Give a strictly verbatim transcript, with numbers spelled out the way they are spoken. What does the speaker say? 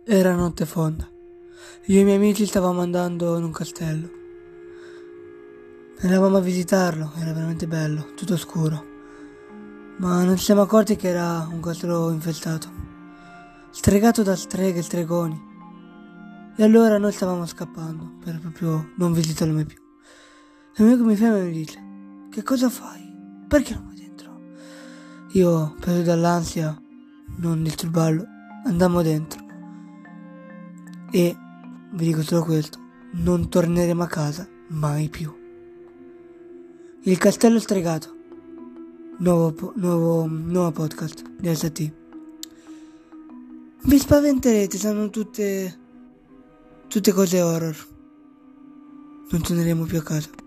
Era notte fonda. Io e i miei amici stavamo andando in un castello. Eravamo a visitarlo, era veramente bello, tutto scuro. Ma non ci siamo accorti che era un castello infestato, stregato da streghe e stregoni. E allora noi stavamo scappando per proprio non visitarlo mai più. E mio amico mi ferma e mi dice: che cosa fai? Perché non vai dentro? Io, preso dall'ansia, non disturbarlo, andammo dentro. E vi dico solo questo: non torneremo a casa mai più. Il castello stregato, nuovo, po- nuovo, nuovo podcast di S T. Vi spaventerete, sono tutte tutte cose horror. Non torneremo più a casa.